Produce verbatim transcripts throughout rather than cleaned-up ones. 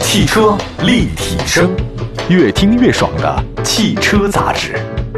汽车立体声，越听越爽的汽车杂志。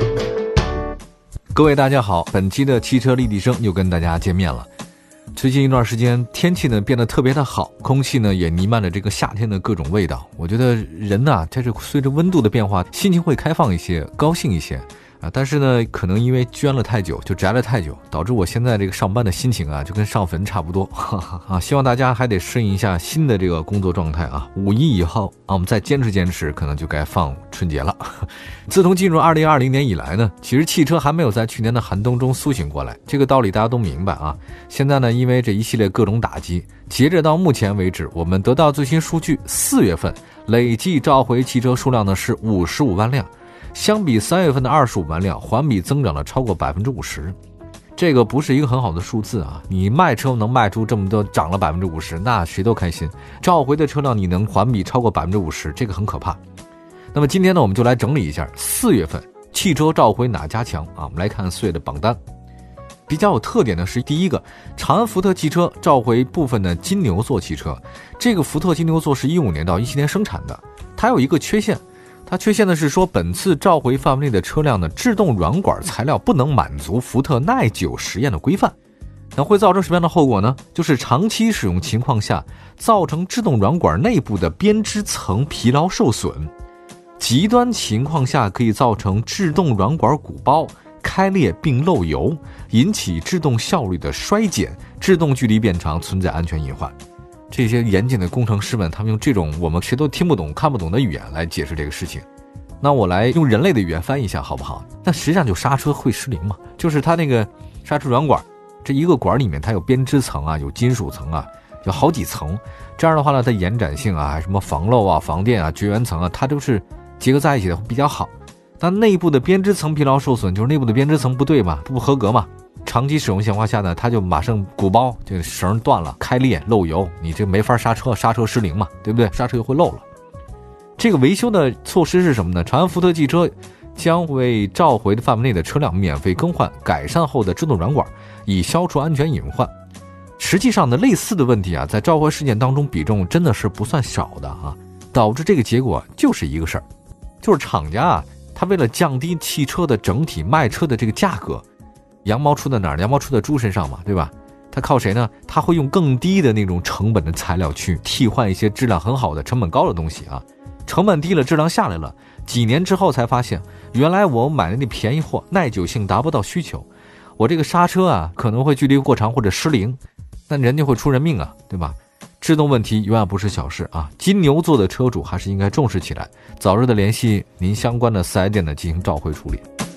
各位大家好，本期的汽车立体声又跟大家见面了。最近一段时间天气呢变得特别的好，空气呢也弥漫着这个夏天的各种味道。我觉得人呢在这随着温度的变化，心情会开放一些，高兴一些啊。但是呢可能因为捐了太久，就宅了太久，导致我现在这个上班的心情啊就跟上坟差不多啊。希望大家还得适应一下新的这个工作状态啊。五一以后啊我们再坚持坚持，可能就该放春节了。自从进入二零二零年以来呢，其实汽车还没有在去年的寒冬中苏醒过来，这个道理大家都明白啊。现在呢因为这一系列各种打击，截止到目前为止，我们得到最新数据，四月份累计召回汽车数量呢是五十五万辆，相比三月份的二十五万辆，环比增长了超过 百分之五十。 这个不是一个很好的数字啊，你卖车能卖出这么多，涨了 百分之五十， 那谁都开心。召回的车辆你能环比超过 百分之五十， 这个很可怕。那么今天呢我们就来整理一下四月份汽车召回哪家强啊？我们来看四月的榜单。比较有特点的是第一个，长安福特汽车召回部分的金牛座汽车。这个福特金牛座是一五年到一七年生产的，它有一个缺陷，它缺陷的是说本次召回范围内的车辆呢，制动软管材料不能满足福特耐久实验的规范。那会造成什么样的后果呢？就是长期使用情况下，造成制动软管内部的编织层疲劳受损，极端情况下可以造成制动软管鼓包、开裂并漏油，引起制动效率的衰减，制动距离变长，存在安全隐患。这些严谨的工程师们，他们用这种我们谁都听不懂看不懂的语言来解释这个事情。那我来用人类的语言翻译一下好不好？那实际上就刹车会失灵嘛，就是它那个刹车软管，这一个管里面它有编织层啊，有金属层啊，有好几层。这样的话呢，它延展性啊，什么防漏啊、防电啊、绝缘层啊，它都是结合在一起的比较好。但内部的编织层疲劳受损，就是内部的编织层不对嘛，不合格嘛，长期使用情况下呢，它就马上鼓包，这个绳断了，开裂漏油，你这没法刹车，刹车失灵嘛，对不对？刹车又会漏了。这个维修的措施是什么呢？长安福特汽车将为召回的范围内的车辆免费更换改善后的制动软管，以消除安全隐患。实际上呢，类似的问题啊，在召回事件当中比重真的是不算少的啊，导致这个结果就是一个事儿，就是厂家啊，他为了降低汽车的整体卖车的这个价格，羊毛出在哪儿？羊毛出在猪身上嘛，对吧？他靠谁呢？他会用更低的那种成本的材料去替换一些质量很好的、成本高的东西啊。成本低了，质量下来了，几年之后才发现，原来我买的那便宜货耐久性达不到需求，我这个刹车啊可能会距离过长或者失灵，那人就会出人命啊，对吧？制动问题永远不是小事啊！金牛座的车主还是应该重视起来，早日的联系您相关的 四 S 店呢进行召回处理。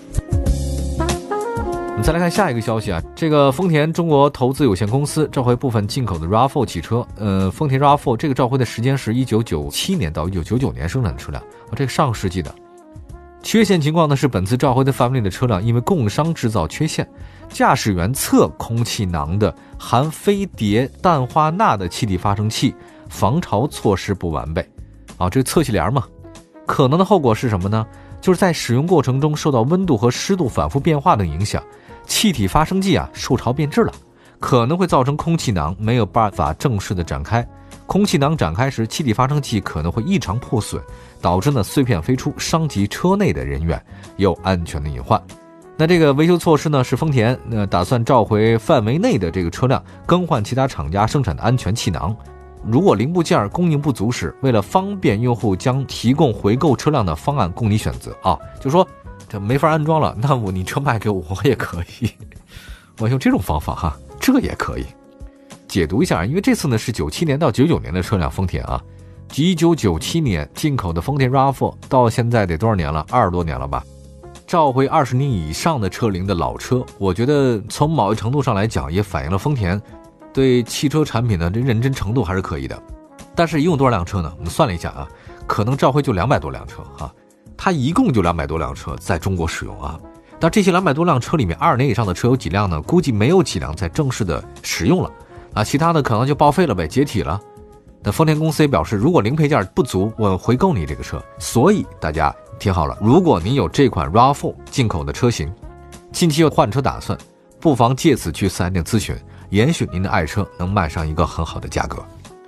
我们再来看下一个消息啊，这个丰田中国投资有限公司召回部分进口的 R A V 四 汽车。呃，丰田 R A V 四 这个召回的时间是一九九七年到一九九九年生产的车辆，啊，这个上世纪的。缺陷情况呢是本次召回的范围内的车辆因为供应商制造缺陷，驾驶员侧空气囊的含非碘氮化钠的气体发生器防潮措施不完备啊，这个侧气帘嘛，可能的后果是什么呢？就是在使用过程中受到温度和湿度反复变化的影响，气体发生剂啊受潮变质了，可能会造成空气囊没有办法正式的展开。空气囊展开时，气体发生器可能会异常破损，导致呢碎片飞出，伤及车内的人员，有安全的隐患。那这个维修措施呢，是丰田呃打算召回范围内的这个车辆更换其他厂家生产的安全气囊。如果零部件供应不足时，为了方便用户，将提供回购车辆的方案供你选择啊。就说这没法安装了，那我你车卖给我，我也可以，我用这种方法哈，这也可以。解读一下，因为这次呢是九七年到九九年的车辆，丰田啊，一九九七年进口的丰田 R A V 四 到现在得多少年了？二十多年了吧？召回二十年以上的车龄的老车，我觉得从某一程度上来讲，也反映了丰田对汽车产品的这认真程度还是可以的。但是一共多少辆车呢？我们算了一下啊，可能召回就两百多辆车啊，它一共就两百多辆车在中国使用啊。但这些两百多辆车里面，二十年以上的车有几辆呢？估计没有几辆在正式的使用了啊，其他的可能就报废了呗，解体了。那丰田公司也表示，如果零配件不足，我回购你这个车。所以大家听好了，如果您有这款 R A V 四 进口的车型，近期有换车打算，不妨借此去四 S 店咨询，也许您的爱车能卖上一个很好的价格。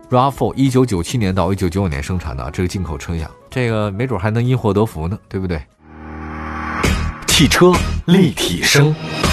R A V 四 一九九七年到一九九九年生产的这个进口车辆，这个没准还能因祸得福呢，对不对？ 汽车立体声。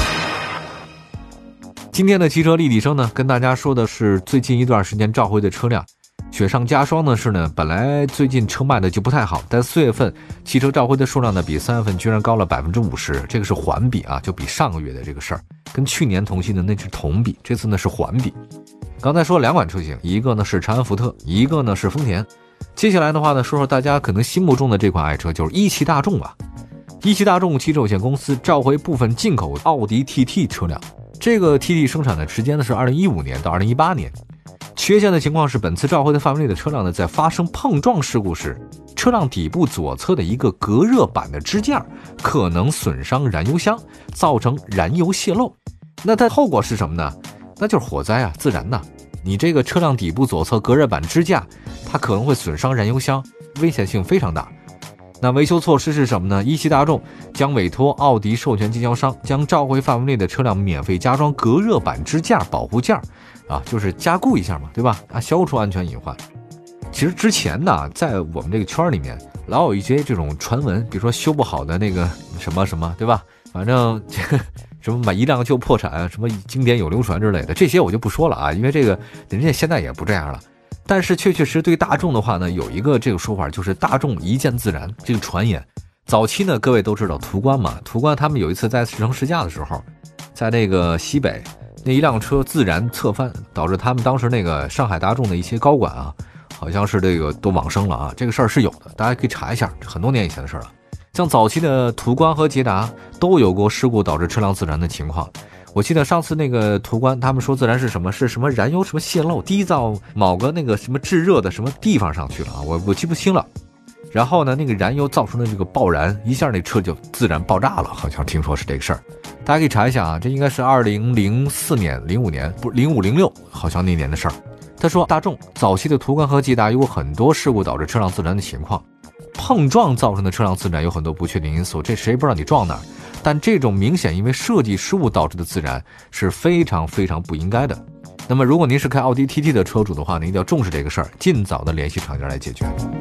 今天的汽车立体声呢，跟大家说的是最近一段时间召回的车辆。雪上加霜的是呢，本来最近车卖的就不太好，但四月份汽车召回的数量呢，比三月份居然高了百分之五十，这个是环比啊，就比上个月的这个事儿，跟去年同期的那是同比，这次呢是环比。刚才说两款车型，一个呢是长安福特，一个呢是丰田。接下来的话呢，说说大家可能心目中的这款爱车，就是一汽大众啊。一汽大众汽车有限公司召回部分进口奥迪 T T 车辆，这个 T T 生产的时间呢是二零一五年到二零一八年。缺陷的情况是，本次召回的范围内的车辆呢，在发生碰撞事故时，车辆底部左侧的一个隔热板的支架可能损伤燃油箱，造成燃油泄漏。那它后果是什么呢？那就是火灾啊，自燃呐、啊。你这个车辆底部左侧隔热板支架，它可能会损伤燃油箱，危险性非常大。那维修措施是什么呢？一汽大众将委托奥迪授权经销商，将召回范围内的车辆免费加装隔热板支架保护件啊，就是加固一下嘛，对吧？啊，消除安全隐患。其实之前呢，在我们这个圈里面，老有一些这种传闻，比如说修不好的那个什么什么，对吧？反正这个什么买一辆就破产，什么经典有流传之类的，这些我就不说了啊，因为这个人家现在也不这样了。但是确确实对大众的话呢，有一个这个说法，就是大众一见自燃这个传言。早期呢，各位都知道途观嘛，途观他们有一次在试乘试驾的时候，在那个西北那一辆车自燃侧翻，导致他们当时那个上海大众的一些高管啊，好像是这个都往生了啊，这个事儿是有的，大家可以查一下，很多年以前的事了。像早期的途观和捷达都有过事故导致车辆自燃的情况。我记得上次那个途观他们说自燃是什么，是什么燃油什么泄漏滴到某个那个什么炙热的什么地方上去了啊，我我记不清了。然后呢，那个燃油造成的这个爆燃，一下那车就自燃爆炸了，好像听说是这个事儿。大家可以查一下啊，这应该是二零零四年、零五年，不是零五零六，好像那年的事儿。他说，大众早期的途观和捷达有很多事故导致车辆自燃的情况，碰撞造成的车辆自燃有很多不确定因素，这谁不知道你撞哪儿？但这种明显因为设计失误导致的自燃是非常非常不应该的。那么如果您是开奥迪 T T 的车主的话呢，一定要重视这个事儿，尽早的联系厂家来解决。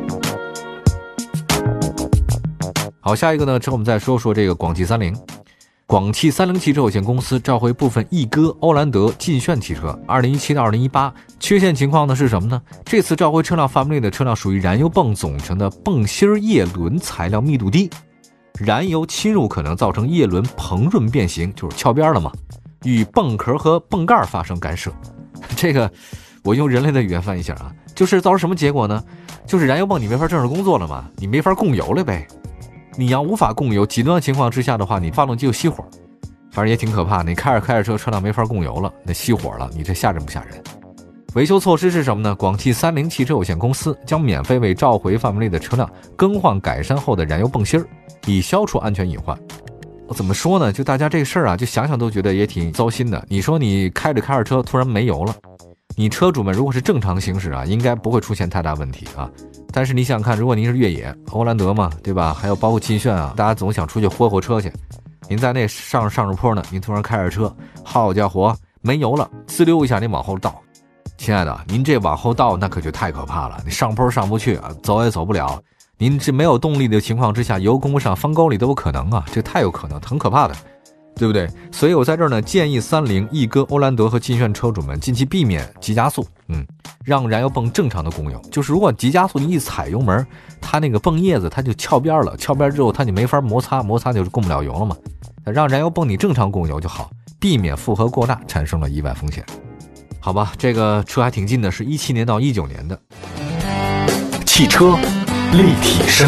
好，下一个呢，之后我们再说说这个广汽三菱。广汽三菱汽车有限公司召回部分奕歌、欧蓝德、劲炫汽车，二零一七到二零一八，缺陷情况呢是什么呢？这次召回车辆范围内的车辆属于燃油泵总成的泵芯叶轮材料密度低，燃油侵入可能造成叶轮膨润变形，就是翘边了嘛，与泵壳和泵盖发生干涉。这个我用人类的语言翻译一下啊，就是造成什么结果呢？就是燃油泵你没法正式工作了嘛，你没法供油了呗。你要无法供油，极端情况之下的话，你发动机就熄火，反正也挺可怕。你开着开着车，车辆没法供油了，那熄火了，你这吓人不吓人？维修措施是什么呢？广汽三菱汽车有限公司将免费为召回范围内的车辆更换改善后的燃油泵芯，以消除安全隐患。我怎么说呢？就大家这个事儿啊，就想想都觉得也挺糟心的。你说你开着开着车突然没油了，你车主们如果是正常行驶啊，应该不会出现太大问题啊。但是你想想看，如果您是越野，欧蓝德嘛，对吧？还有包括劲炫啊，大家总想出去豁豁车去。您在那上上着坡呢，您突然开着车，好家伙，没油了，滋溜一下你往后倒。亲爱的，您这往后倒那可就太可怕了，你上坡上不去啊，走也走不了。您这没有动力的情况之下，油供不上，翻沟里都有可能啊，这太有可能，很可怕的。对不对？所以我在这儿呢，建议三菱、奕歌、欧蓝德和劲炫车主们近期避免急加速，嗯，让燃油泵正常的供油。就是如果急加速，你一踩油门，它那个泵叶子它就翘边了，翘边之后它就没法摩擦，摩擦就供不了油了嘛。让燃油泵你正常供油就好，避免负荷过大，产生了意外风险。好吧，这个车还挺近的，是一七年到一九年的。 汽车立体声。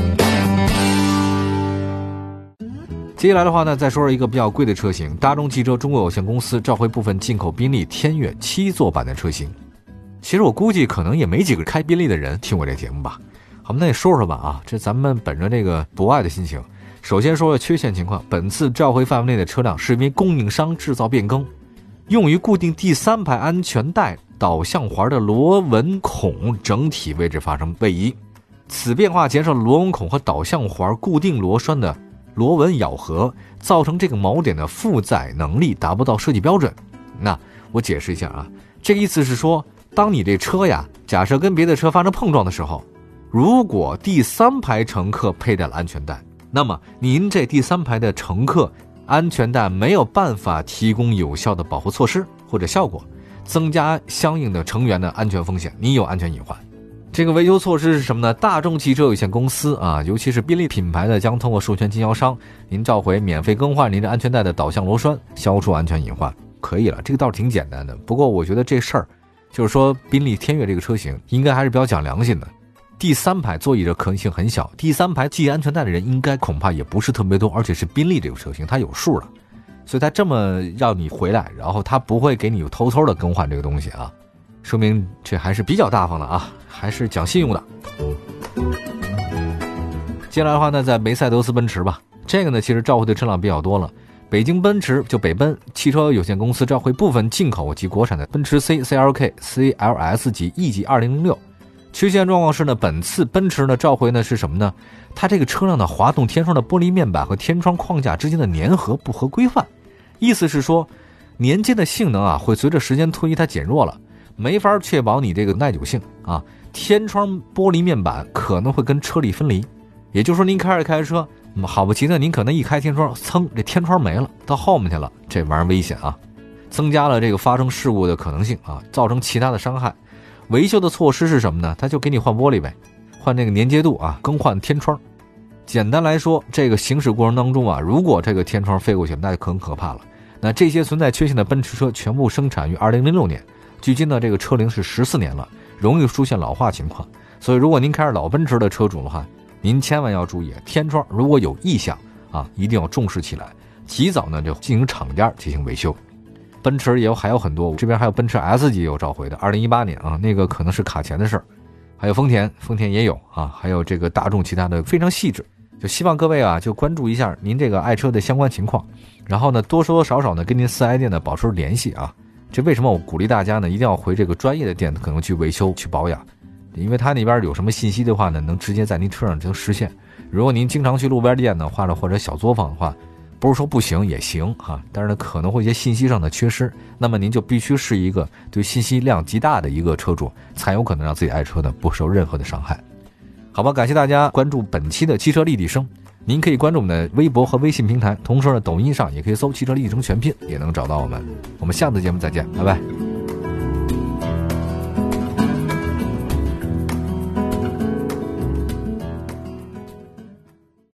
接下来的话呢，再说说一个比较贵的车型，大众汽车中国有限公司召回部分进口宾利天越七座版的车型。其实我估计可能也没几个开宾利的人听我这节目吧。好，那也说说吧啊，这咱们本着这个博爱的心情，首先说说缺陷情况。本次召回范围内的车辆是因为供应商制造变更，用于固定第三排安全带导向环的螺纹孔整体位置发生位移，此变化减少了螺纹孔和导向环固定螺栓的螺纹咬合，造成这个锚点的负载能力达不到设计标准。那我解释一下啊，这个意思是说， 当你这车呀，假设跟别的车发生碰撞的时候，如果第三排乘客佩戴了安全带，那么您这第三排的乘客安全带没有办法提供有效的保护措施或者效果，增加相应的成员的安全风险，你有安全隐患。这个维修措施是什么呢？大众汽车有限公司啊，尤其是宾利品牌的，将通过授权经销商，您召回免费更换您的安全带的导向螺栓，消除安全隐患，可以了。这个倒是挺简单的。不过我觉得这事儿，就是说宾利天越这个车型应该还是比较讲良心的。第三排座椅的可能性很小，第三排系安全带的人应该恐怕也不是特别多，而且是宾利这个车型，它有数了，所以它这么让你回来，然后它不会给你偷偷的更换这个东西啊，说明这还是比较大方的啊，还是讲信用的。接下来的话呢，在梅赛德斯奔驰吧，这个呢其实召回的车辆比较多了。北京奔驰就北奔汽车有限公司召回部分进口及国产的奔驰 C、C L K、C L S 及 E 级二零零六。缺陷状况是呢，本次奔驰的召回呢是什么呢？它这个车辆的滑动天窗的玻璃面板和天窗框架之间的粘合不合规范，意思是说年间的性能啊会随着时间推移它减弱了，没法确保你这个耐久性啊。天窗玻璃面板可能会跟车力分离，也就是说您开着开着车，好不齐呢，您可能一开天窗，噌，这天窗没了，到后面去了，这玩意儿危险啊，增加了这个发生事故的可能性啊，造成其他的伤害。维修的措施是什么呢？他就给你换玻璃呗，换这个粘接度啊，更换天窗。简单来说，这个行驶过程当中啊，如果这个天窗飞过去，那就很可怕了。那这些存在缺陷的奔驰车全部生产于二零零六年，距今呢这个车龄是十四年了，容易出现老化情况。所以如果您开着老奔驰的车主的话，您千万要注意，天窗如果有异响啊，一定要重视起来，及早呢就进行厂家进行维修。奔驰也有还有很多，这边还有奔驰 S 级也有召回的，二零一八年啊，那个可能是卡钳的事儿。还有丰田，丰田也有啊，还有这个大众其他的非常细致。就希望各位啊，就关注一下您这个爱车的相关情况，然后呢多多少少呢跟您四 S 店呢保持联系啊。这为什么我鼓励大家呢，一定要回这个专业的店可能去维修去保养，因为他那边有什么信息的话呢，能直接在您车上就实现。如果您经常去路边店呢，或者或者小作坊的话，不是说不行也行哈，但是呢可能会一些信息上的缺失，那么您就必须是一个对信息量极大的一个车主，才有可能让自己爱车呢不受任何的伤害。好吧，感谢大家关注本期的汽车立体声，您可以关注我们的微博和微信平台，同时呢抖音上也可以搜汽车立体声全拼，也能找到我们。我们下次节目再见，拜拜。